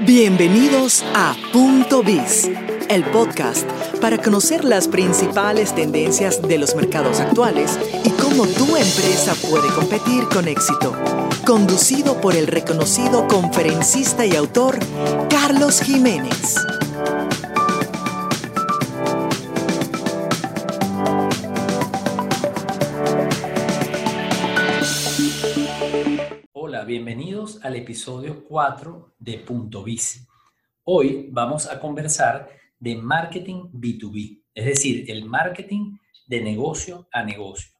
Bienvenidos a Punto Biz, el podcast para conocer las principales tendencias de los mercados actuales y cómo tu empresa puede competir con éxito. Conducido por el reconocido conferencista y autor Carlos Jiménez. Hola, bienvenidos al episodio 4 de Punto Biz. Hoy vamos a conversar de marketing B2B, es decir, el marketing de negocio a negocio.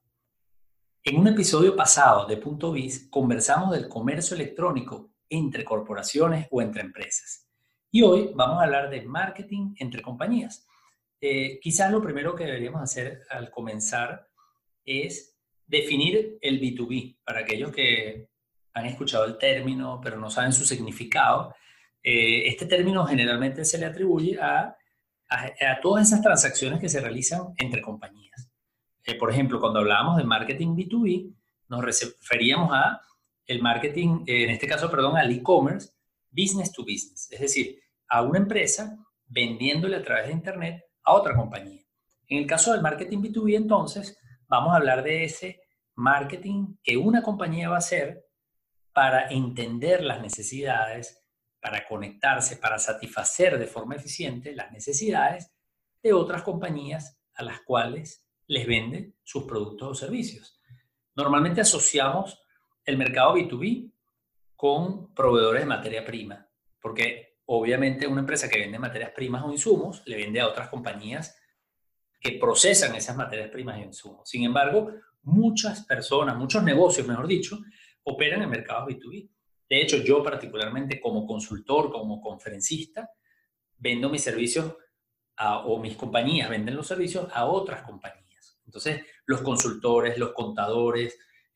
En un episodio pasado de Punto Biz conversamos del comercio electrónico entre corporaciones o entre empresas. Y hoy vamos a hablar de marketing entre compañías. Quizás lo primero que deberíamos hacer al comenzar es definir el B2B para aquellos que han escuchado el término, pero no saben su significado. Este término generalmente se le atribuye a todas esas transacciones que se realizan entre compañías. Por ejemplo, cuando hablábamos de marketing B2B, nos referíamos a el marketing, en este caso, al e-commerce, business to business. Es decir, a una empresa vendiéndole a través de Internet a otra compañía. En el caso del marketing B2B, entonces, vamos a hablar de ese marketing que una compañía va a hacer para entender las necesidades, para conectarse, para satisfacer de forma eficiente las necesidades de otras compañías a las cuales les vende sus productos o servicios. Normalmente asociamos el mercado B2B con proveedores de materia prima, porque obviamente una empresa que vende materias primas o insumos le vende a otras compañías que procesan esas materias primas e insumos. Sin embargo, muchas personas, muchos negocios, mejor dicho, operan en mercados B2B. De hecho, yo particularmente como consultor, como conferencista, vendo mis servicios o mis compañías venden los servicios a otras compañías. Entonces, los consultores, los contadores,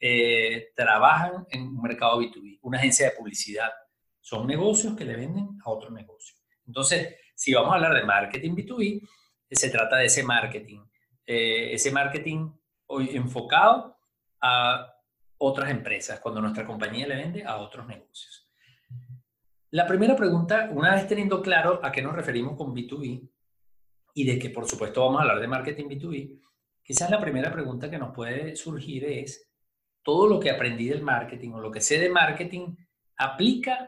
trabajan en un mercado B2B. Una agencia de publicidad son negocios que le venden a otro negocio. Entonces, si vamos a hablar de marketing B2B, se trata de ese marketing hoy enfocado a otras empresas, cuando nuestra compañía le vende a otros negocios. La primera pregunta, una vez teniendo claro a qué nos referimos con B2B y de que por supuesto vamos a hablar de marketing B2B, quizás la primera pregunta que nos puede surgir es, ¿todo lo que aprendí del marketing o lo que sé de marketing aplica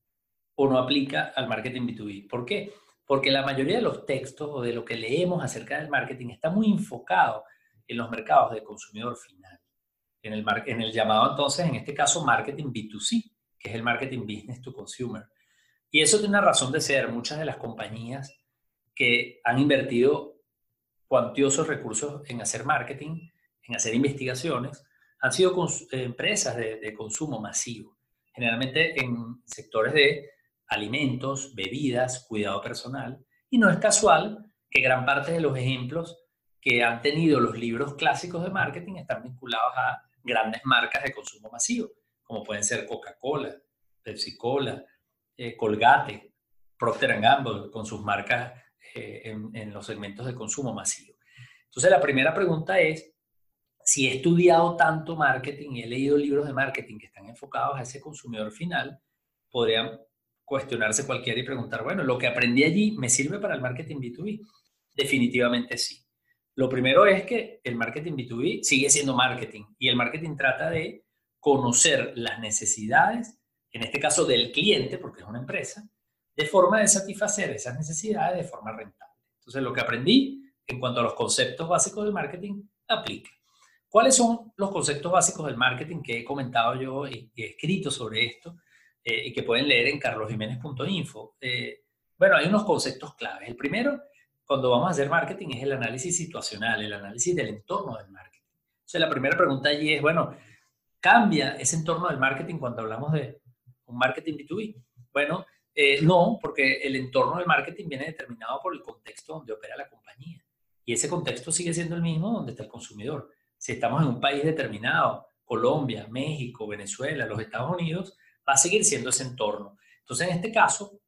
o no aplica al marketing B2B? ¿Por qué? Porque la mayoría de los textos o de lo que leemos acerca del marketing está muy enfocado en los mercados de consumidor final. En el llamado entonces, en este caso, marketing B2C, que es el marketing business to consumer. Y eso tiene una razón de ser. Muchas de las compañías que han invertido cuantiosos recursos en hacer marketing, en hacer investigaciones, han sido empresas de consumo masivo, generalmente en sectores de alimentos, bebidas, cuidado personal. Y no es casual que gran parte de los ejemplos que han tenido los libros clásicos de marketing están vinculados a grandes marcas de consumo masivo, como pueden ser Coca-Cola, Pepsi-Cola, Colgate, Procter & Gamble, con sus marcas en los segmentos de consumo masivo. Entonces, la primera pregunta es, si he estudiado tanto marketing y he leído libros de marketing que están enfocados a ese consumidor final, podrían cuestionarse cualquiera y preguntar, bueno, ¿lo que aprendí allí me sirve para el marketing B2B? Definitivamente sí. Lo primero es que el marketing B2B sigue siendo marketing y el marketing trata de conocer las necesidades, en este caso del cliente, porque es una empresa, de forma de satisfacer esas necesidades de forma rentable. Entonces, lo que aprendí en cuanto a los conceptos básicos del marketing aplica. ¿Cuáles son los conceptos básicos del marketing que he comentado yo y he escrito sobre esto y que pueden leer en carlosjimenez.info? Bueno, hay unos conceptos claves. El primero, cuando vamos a hacer marketing, es el análisis situacional, el análisis del entorno del marketing. Entonces, la primera pregunta allí es, bueno, ¿cambia ese entorno del marketing cuando hablamos de un marketing B2B? Bueno, no, porque el entorno del marketing viene determinado por el contexto donde opera la compañía. Y ese contexto sigue siendo el mismo donde está el consumidor. Si estamos en un país determinado, Colombia, México, Venezuela, los Estados Unidos, va a seguir siendo ese entorno. Entonces, en este caso,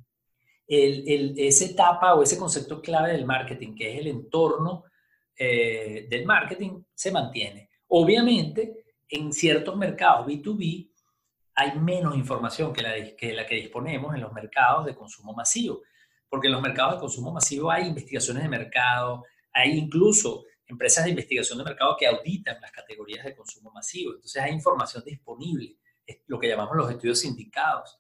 esa etapa o ese concepto clave del marketing, que es el entorno del marketing, se mantiene. Obviamente, en ciertos mercados B2B hay menos información que la que disponemos en los mercados de consumo masivo. Porque en los mercados de consumo masivo hay investigaciones de mercado, hay incluso empresas de investigación de mercado que auditan las categorías de consumo masivo. Entonces hay información disponible, es lo que llamamos los estudios sindicados,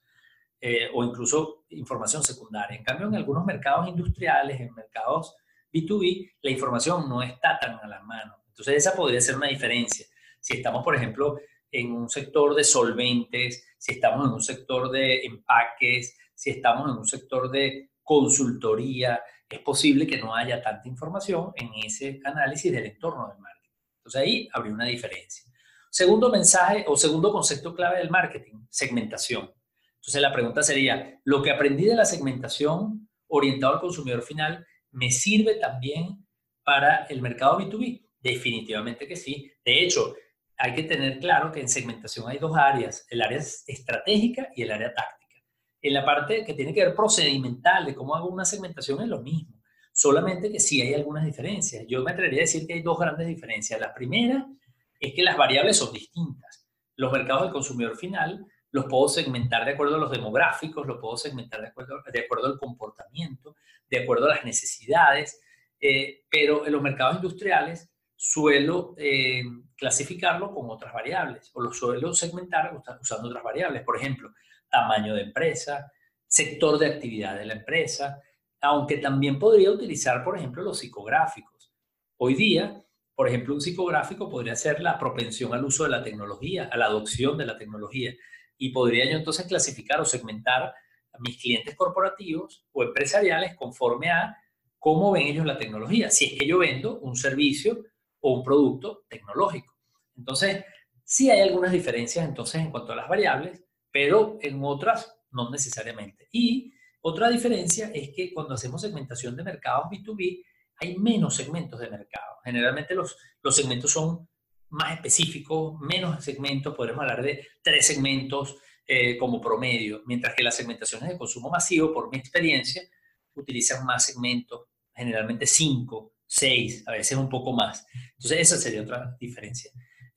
o incluso información secundaria. En cambio, en algunos mercados industriales, en mercados B2B, la información no está tan a la mano. Entonces esa podría ser una diferencia. Si estamos, por ejemplo, en un sector de solventes, si estamos en un sector de empaques, si estamos en un sector de consultoría, es posible que no haya tanta información en ese análisis del entorno del marketing. Entonces ahí habría una diferencia. Segundo mensaje o segundo concepto clave del marketing, segmentación. Entonces la pregunta sería, ¿lo que aprendí de la segmentación orientado al consumidor final me sirve también para el mercado B2B? Definitivamente que sí. De hecho, hay que tener claro que en segmentación hay dos áreas, el área estratégica y el área táctica. En la parte que tiene que ver procedimental de cómo hago una segmentación es lo mismo, solamente que sí hay algunas diferencias. Yo me atrevería a decir que hay dos grandes diferencias. La primera es que las variables son distintas. Los mercados del consumidor final los puedo segmentar de acuerdo a los demográficos, los puedo segmentar de acuerdo al comportamiento, de acuerdo a las necesidades, pero en los mercados industriales suelo clasificarlo con otras variables o lo suelo segmentar usando otras variables. Por ejemplo, tamaño de empresa, sector de actividad de la empresa, aunque también podría utilizar, por ejemplo, los psicográficos. Hoy día, por ejemplo, un psicográfico podría ser la propensión al uso de la tecnología, a la adopción de la tecnología. Y podría yo entonces clasificar o segmentar a mis clientes corporativos o empresariales conforme a cómo ven ellos la tecnología, si es que yo vendo un servicio o un producto tecnológico. Entonces, sí hay algunas diferencias entonces en cuanto a las variables, pero en otras no necesariamente. Y otra diferencia es que cuando hacemos segmentación de mercados B2B, hay menos segmentos de mercado. Generalmente los segmentos son más específicos, menos segmentos, podremos hablar de 3 segmentos como promedio, mientras que las segmentaciones de consumo masivo, por mi experiencia, utilizan más segmentos, generalmente 5, 6, a veces un poco más. Entonces esa sería otra diferencia.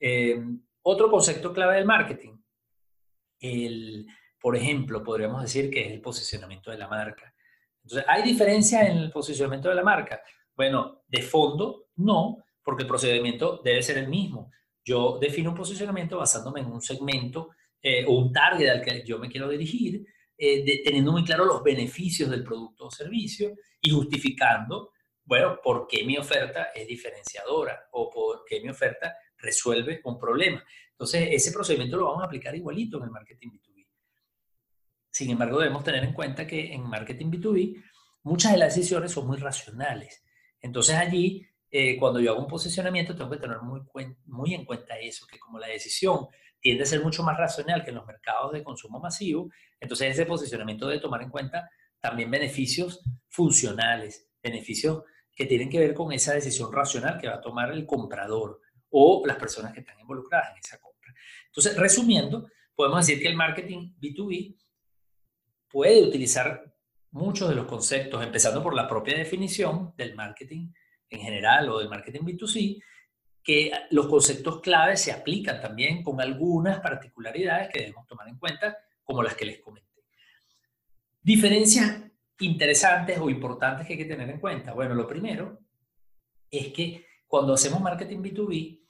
Otro concepto clave del marketing, por ejemplo, podríamos decir que es el posicionamiento de la marca. Entonces, ¿hay diferencia en el posicionamiento de la marca? Bueno, de fondo, no, porque el procedimiento debe ser el mismo. Yo defino un posicionamiento basándome en un segmento o un target al que yo me quiero dirigir, teniendo muy claro los beneficios del producto o servicio y justificando, bueno, por qué mi oferta es diferenciadora o por qué mi oferta resuelve un problema. Entonces, ese procedimiento lo vamos a aplicar igualito en el marketing B2B. Sin embargo, debemos tener en cuenta que en marketing B2B muchas de las decisiones son muy racionales. Entonces allí, cuando yo hago un posicionamiento, tengo que tener muy en cuenta eso, que como la decisión tiende a ser mucho más racional que en los mercados de consumo masivo, entonces ese posicionamiento debe tomar en cuenta también beneficios funcionales, beneficios que tienen que ver con esa decisión racional que va a tomar el comprador o las personas que están involucradas en esa compra. Entonces, resumiendo, podemos decir que el marketing B2B puede utilizar muchos de los conceptos, empezando por la propia definición del marketing en general o del marketing B2C, que los conceptos claves se aplican también con algunas particularidades que debemos tomar en cuenta, como las que les comenté. Diferencias interesantes o importantes que hay que tener en cuenta. Bueno, lo primero es que cuando hacemos marketing B2B,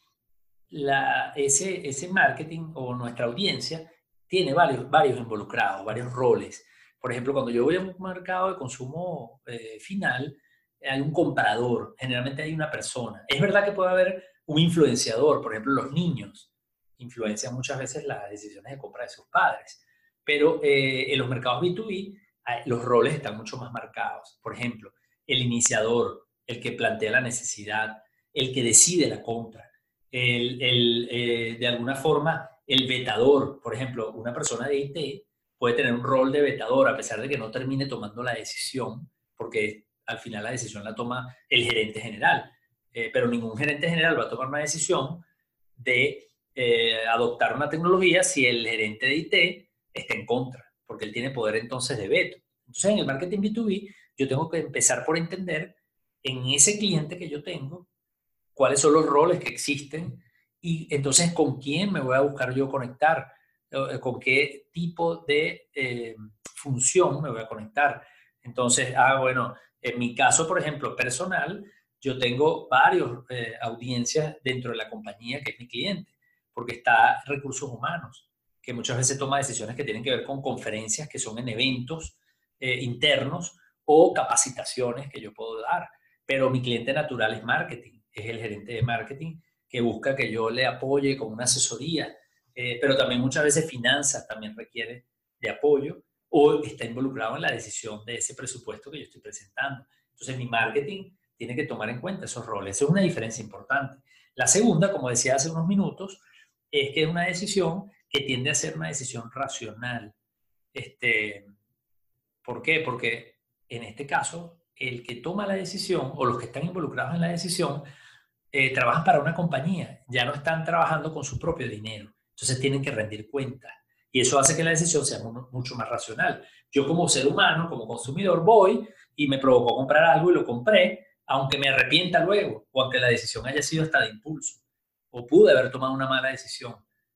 ese marketing o nuestra audiencia tiene varios involucrados, varios roles. Por ejemplo, cuando yo voy a un mercado de consumo final, hay un comprador, generalmente hay una persona. Es verdad que puede haber un influenciador, por ejemplo, los niños influencian muchas veces las decisiones de compra de sus padres, pero en los mercados B2B los roles están mucho más marcados. Por ejemplo, el iniciador, el que plantea la necesidad, el que decide la compra, de alguna forma el vetador. Por ejemplo, una persona de IT puede tener un rol de vetador a pesar de que no termine tomando la decisión, porque al final la decisión la toma el gerente general, pero ningún gerente general va a tomar una decisión de adoptar una tecnología si el gerente de IT está en contra, porque él tiene poder entonces de veto. Entonces en el marketing B2B yo tengo que empezar por entender en ese cliente que yo tengo cuáles son los roles que existen y entonces con quién me voy a buscar yo conectar. con qué tipo de función me voy a conectar. Entonces, bueno, en mi caso, por ejemplo, personal, yo tengo varias audiencias dentro de la compañía que es mi cliente, porque está recursos humanos, que muchas veces toma decisiones que tienen que ver con conferencias que son en eventos internos o capacitaciones que yo puedo dar. Pero mi cliente natural es marketing, es el gerente de marketing que busca que yo le apoye con una asesoría, pero también muchas veces finanzas también requiere de apoyo o está involucrado en la decisión de ese presupuesto que yo estoy presentando. Entonces mi marketing tiene que tomar en cuenta esos roles. Esa es una diferencia importante. La segunda, como decía hace unos minutos, es que es una decisión que tiende a ser una decisión racional. ¿Por qué? Porque en este caso, el que toma la decisión o los que están involucrados en la decisión trabajan para una compañía, ya no están trabajando con su propio dinero. Entonces tienen que rendir cuentas. Y eso hace que la decisión sea mucho más racional. Yo como ser humano, como consumidor, voy y me provocó comprar algo y lo compré, aunque me arrepienta luego, o aunque la decisión haya sido hasta de impulso, o pude haber tomado una mala decisión.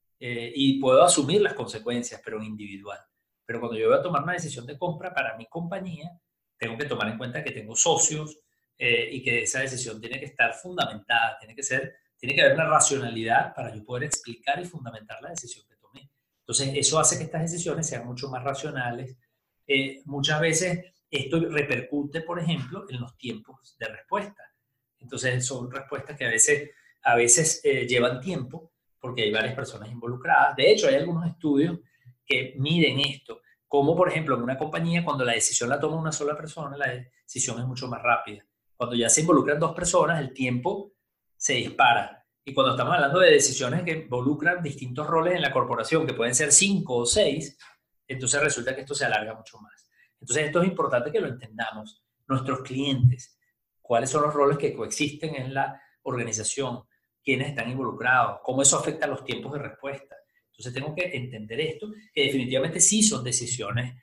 Y puedo asumir las consecuencias, pero en individual. Pero cuando yo voy a tomar una decisión de compra para mi compañía, tengo que tomar en cuenta que tengo socios y que esa decisión tiene que estar fundamentada, tiene que haber una racionalidad para yo poder explicar y fundamentar la decisión que tomé. Entonces, eso hace que estas decisiones sean mucho más racionales. Muchas veces esto repercute, por ejemplo, en los tiempos de respuesta. Entonces, son respuestas que a veces llevan tiempo porque hay varias personas involucradas. De hecho, hay algunos estudios que miden esto, como por ejemplo en una compañía cuando la decisión la toma una sola persona, la decisión es mucho más rápida. Cuando ya se involucran dos personas, el tiempo se dispara. Y cuando estamos hablando de decisiones que involucran distintos roles en la corporación, que pueden ser 5 o 6, entonces resulta que esto se alarga mucho más. Entonces esto es importante que lo entendamos. Nuestros clientes, cuáles son los roles que coexisten en la organización, quiénes están involucrados, cómo eso afecta los tiempos de respuesta. Entonces tengo que entender esto, que definitivamente sí son decisiones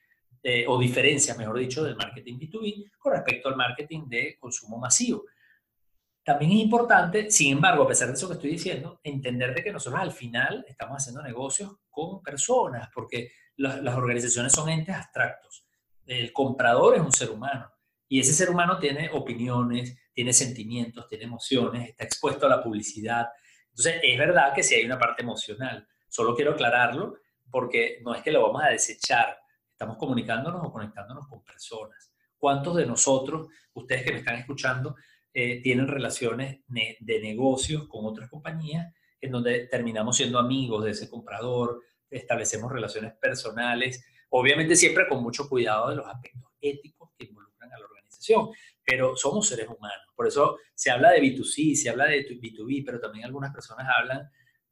o diferencias, mejor dicho, del marketing B2B con respecto al marketing de consumo masivo. También es importante, sin embargo, a pesar de eso que estoy diciendo, entender de que nosotros al final estamos haciendo negocios con personas, porque las organizaciones son entes abstractos. El comprador es un ser humano y ese ser humano tiene opiniones, tiene sentimientos, tiene emociones, está expuesto a la publicidad. Entonces, es verdad que sí hay una parte emocional. Solo quiero aclararlo porque no es que lo vamos a desechar. Estamos comunicándonos o conectándonos con personas. ¿Cuántos de nosotros, ustedes que me están escuchando, tienen relaciones de negocios con otras compañías en donde terminamos siendo amigos de ese comprador, establecemos relaciones personales, obviamente siempre con mucho cuidado de los aspectos éticos que involucran a la organización, pero somos seres humanos. Por eso se habla de B2C, se habla de B2B, pero también algunas personas hablan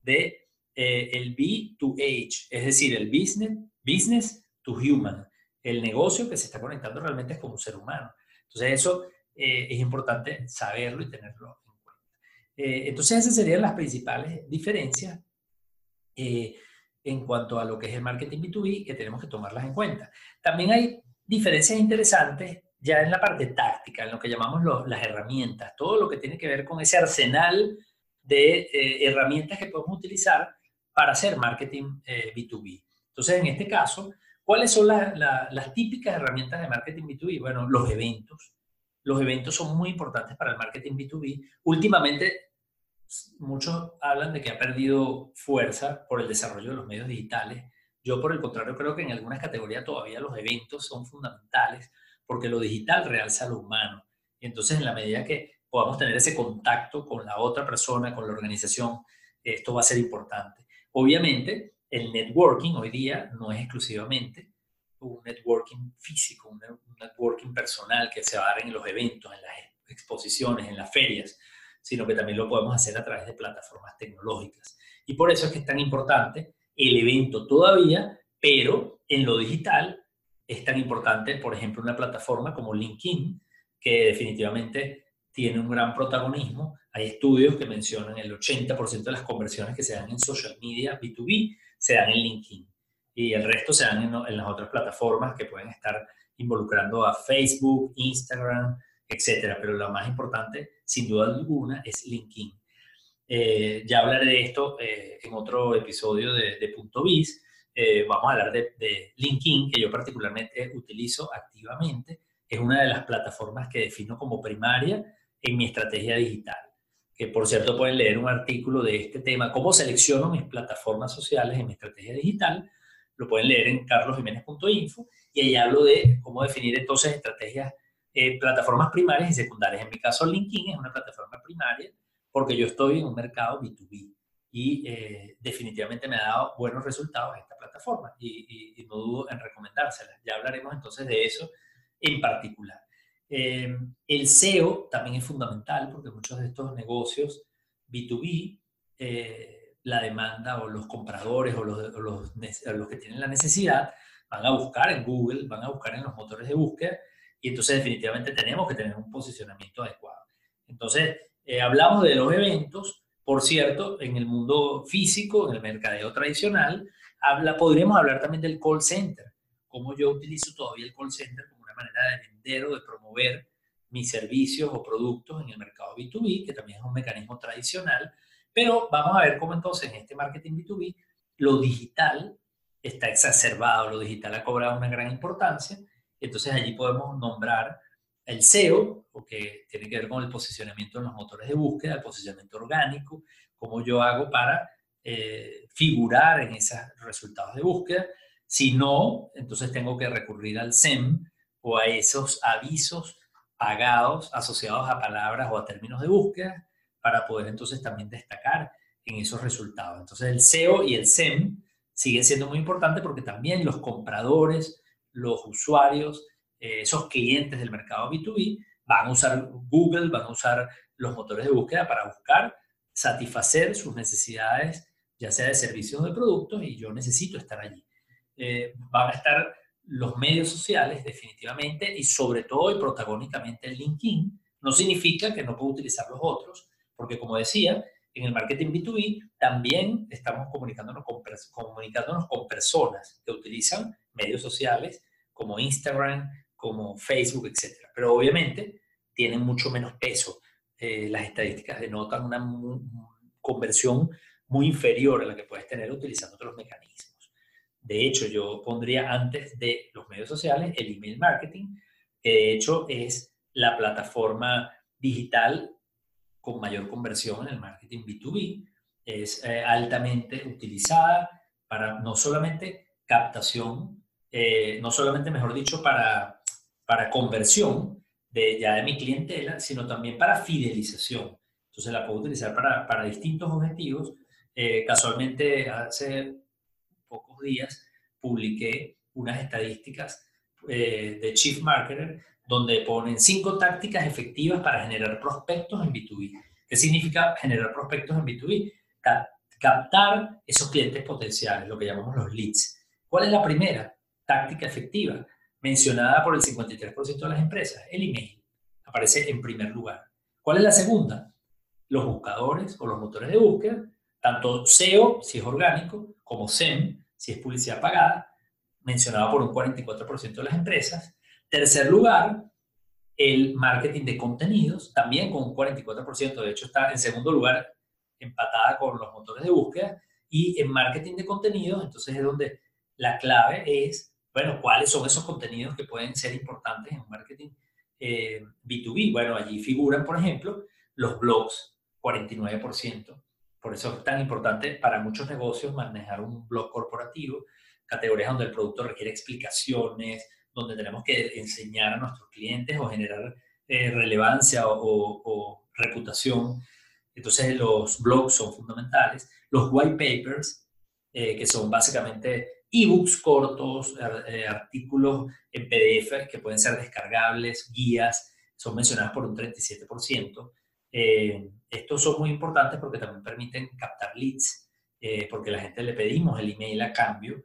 de el B2H, es decir, el business to human. El negocio que se está conectando realmente es con un ser humano. Entonces eso es importante saberlo y tenerlo en cuenta. Entonces esas serían las principales diferencias en cuanto a lo que es el marketing B2B que tenemos que tomarlas en cuenta. También hay diferencias interesantes ya en la parte táctica, en lo que llamamos las herramientas, todo lo que tiene que ver con ese arsenal de herramientas que podemos utilizar para hacer marketing B2B. Entonces, en este caso, ¿cuáles son las típicas herramientas de marketing B2B? Bueno, los eventos. Los eventos son muy importantes para el marketing B2B. Últimamente, muchos hablan de que ha perdido fuerza por el desarrollo de los medios digitales. Yo, por el contrario, creo que en algunas categorías todavía los eventos son fundamentales porque lo digital realza lo humano. Y entonces, en la medida que podamos tener ese contacto con la otra persona, con la organización, esto va a ser importante. Obviamente, el networking hoy día no es exclusivamente un networking físico, un networking personal que se va a dar en los eventos, en las exposiciones, en las ferias, sino que también lo podemos hacer a través de plataformas tecnológicas. Y por eso es que es tan importante el evento todavía, pero en lo digital es tan importante, por ejemplo, una plataforma como LinkedIn, que definitivamente tiene un gran protagonismo. Hay estudios que mencionan el 80% de las conversiones que se dan en social media B2B se dan en LinkedIn y el resto se dan en las otras plataformas que pueden estar involucrando a Facebook, Instagram, etcétera. Pero lo más importante, sin duda alguna, es LinkedIn. Ya hablaré de esto en otro episodio de Punto Biz, vamos a hablar de LinkedIn, que yo particularmente utilizo activamente. Es una de las plataformas que defino como primaria en mi estrategia digital. Que por cierto pueden leer un artículo de este tema, cómo selecciono mis plataformas sociales en mi estrategia digital. Lo pueden leer en carlosjimenez.info y ahí hablo de cómo definir entonces estrategias, plataformas primarias y secundarias. En mi caso, LinkedIn es una plataforma primaria porque yo estoy en un mercado B2B y definitivamente me ha dado buenos resultados esta plataforma y no dudo en recomendárselas. Ya hablaremos entonces de eso en particular. El SEO también es fundamental porque muchos de estos negocios B2B, la demanda o los compradores o los que tienen la necesidad van a buscar en Google, van a buscar en los motores de búsqueda y entonces definitivamente tenemos que tener un posicionamiento adecuado. Entonces, hablamos de los eventos. Por cierto, en el mundo físico, en el mercadeo tradicional, podríamos hablar también del call center, cómo yo utilizo todavía el call center como una manera de vender o de promover mis servicios o productos en el mercado B2B, que también es un mecanismo tradicional, pero vamos a ver cómo entonces en este marketing B2B lo digital está exacerbado, lo digital ha cobrado una gran importancia, entonces allí podemos nombrar el SEO, que tiene que ver con el posicionamiento en los motores de búsqueda, el posicionamiento orgánico, cómo yo hago para figurar en esos resultados de búsqueda. Si no, entonces tengo que recurrir al SEM o a esos avisos pagados asociados a palabras o a términos de búsqueda para poder entonces también destacar en esos resultados. Entonces el SEO y el SEM siguen siendo muy importantes porque también los compradores, los usuarios, esos clientes del mercado B2B van a usar Google, van a usar los motores de búsqueda para buscar satisfacer sus necesidades, ya sea de servicios o de productos, y yo necesito estar allí. Van a estar los medios sociales definitivamente y sobre todo y protagónicamente el LinkedIn. No significa que no puedo utilizar los otros, porque como decía, en el marketing B2B también estamos comunicándonos con personas que utilizan medios sociales como Instagram, como Facebook, etc. Pero obviamente tienen mucho menos peso. Las estadísticas denotan una conversión muy inferior a la que puedes tener utilizando otros mecanismos. De hecho, yo pondría antes de los medios sociales el email marketing, que de hecho es la plataforma digital con mayor conversión en el marketing B2B. Es altamente utilizada para no solamente captación, no solamente, mejor dicho, para conversión de mi clientela, sino también para fidelización. Entonces la puedo utilizar para distintos objetivos. Casualmente, hace pocos días publiqué unas estadísticas de Chief Marketer donde ponen 5 tácticas efectivas para generar prospectos en B2B. ¿Qué significa generar prospectos en B2B? Captar esos clientes potenciales, lo que llamamos los leads. ¿Cuál es la primera táctica efectiva mencionada por el 53% de las empresas? El email. Aparece en primer lugar. ¿Cuál es la segunda? Los buscadores o los motores de búsqueda, tanto SEO, si es orgánico, como SEM, si es publicidad pagada, mencionado por un 44% de las empresas. Tercer lugar, el marketing de contenidos, también con un 44%, de hecho está en segundo lugar, empatada con los motores de búsqueda. Y en marketing de contenidos, entonces es donde la clave es, bueno, ¿cuáles son esos contenidos que pueden ser importantes en un marketing B2B? Bueno, allí figuran, por ejemplo, los blogs, 49%. Por eso es tan importante para muchos negocios manejar un blog corporativo, categorías donde el producto requiere explicaciones, donde tenemos que enseñar a nuestros clientes o generar relevancia o reputación. Entonces los blogs son fundamentales. Los white papers, que son básicamente ebooks cortos, artículos en PDF que pueden ser descargables, guías, son mencionados por un 37%. Estos son muy importantes porque también permiten captar leads, porque a la gente le pedimos el email a cambio.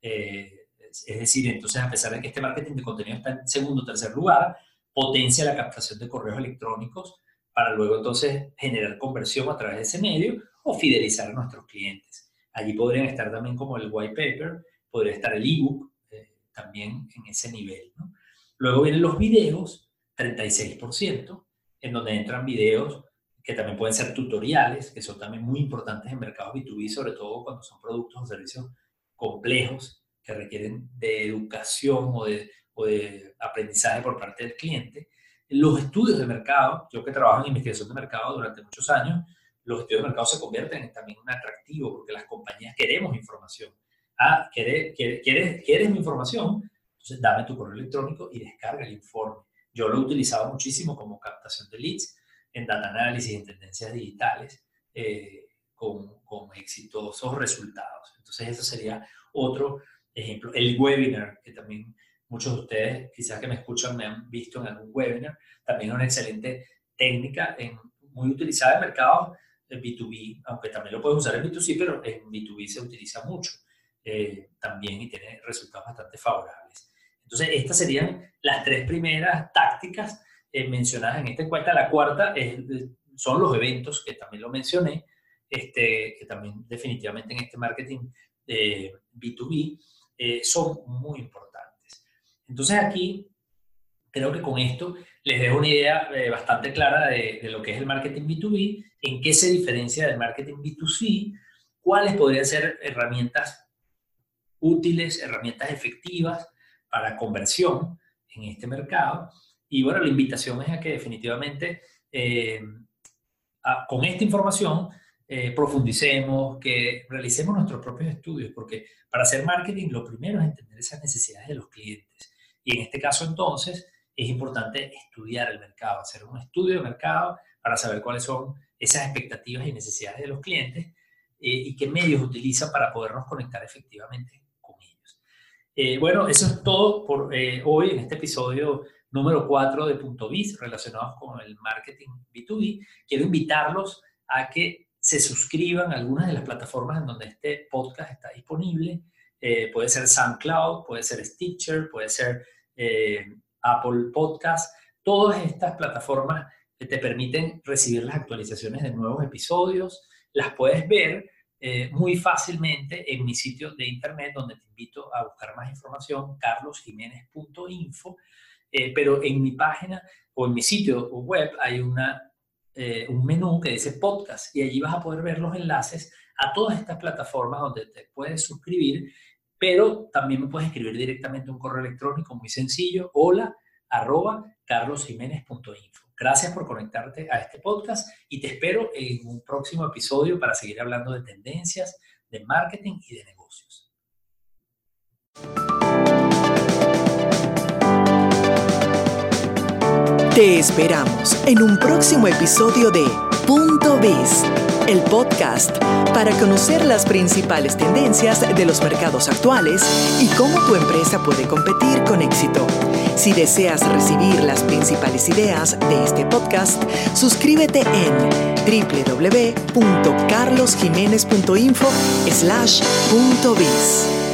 Es decir, entonces a pesar de que este marketing de contenido está en segundo o tercer lugar, potencia la captación de correos electrónicos para luego entonces generar conversión a través de ese medio o fidelizar a nuestros clientes. Allí podrían estar también como el white paper, podría estar el ebook, también en ese nivel, ¿no? Luego vienen los videos, 36%, en donde entran videos que también pueden ser tutoriales, que son también muy importantes en mercados B2B, sobre todo cuando son productos o servicios complejos que requieren de educación o de aprendizaje por parte del cliente. Los estudios de mercado, yo que trabajo en investigación de mercado durante muchos años, los estudios de mercado se convierten en también un atractivo porque las compañías queremos información. ¿Quieres mi información? Entonces dame tu correo electrónico y descarga el informe. Yo lo he utilizado muchísimo como captación de leads en data análisis y en tendencias digitales con exitosos resultados. Entonces eso sería otro ejemplo. El webinar, que también muchos de ustedes quizás que me escuchan me han visto en algún webinar, también es una excelente técnica muy utilizada en mercados B2B, aunque también lo puedes usar en B2C, pero en B2B se utiliza mucho también y tiene resultados bastante favorables. Entonces, estas serían las 3 primeras tácticas mencionadas en esta encuesta. La cuarta son los eventos, que también lo mencioné, que también definitivamente en este marketing B2B son muy importantes. Entonces, aquí creo que con esto les dejo una idea bastante clara de lo que es el marketing B2B, en qué se diferencia del marketing B2C, cuáles podrían ser herramientas útiles, herramientas efectivas para conversión en este mercado. Y bueno, la invitación es a que definitivamente con esta información profundicemos, que realicemos nuestros propios estudios, porque para hacer marketing lo primero es entender esas necesidades de los clientes. Y en este caso entonces es importante estudiar el mercado, hacer un estudio de mercado para saber cuáles son esas expectativas y necesidades de los clientes y qué medios utilizan para podernos conectar efectivamente con ellos. Bueno, eso es todo por hoy en este episodio número 4 de Punto Biz relacionados con el marketing B2B. Quiero invitarlos a que se suscriban a algunas de las plataformas en donde este podcast está disponible. Puede ser SoundCloud, puede ser Stitcher, puede ser Apple Podcast. Todas estas plataformas te permiten recibir las actualizaciones de nuevos episodios. Las puedes ver muy fácilmente en mi sitio de internet, donde te invito a buscar más información, carlosjimenez.info. Pero en mi página o en mi sitio web hay un menú que dice podcast y allí vas a poder ver los enlaces a todas estas plataformas donde te puedes suscribir, pero también me puedes escribir directamente un correo electrónico muy sencillo, hola@carlosjimenez.info. Gracias por conectarte a este podcast y te espero en un próximo episodio para seguir hablando de tendencias, de marketing y de negocios. Te esperamos en un próximo episodio de Punto Biz, el podcast para conocer las principales tendencias de los mercados actuales y cómo tu empresa puede competir con éxito. Si deseas recibir las principales ideas de este podcast, suscríbete en www.carlosjimenez.info/puntobiz.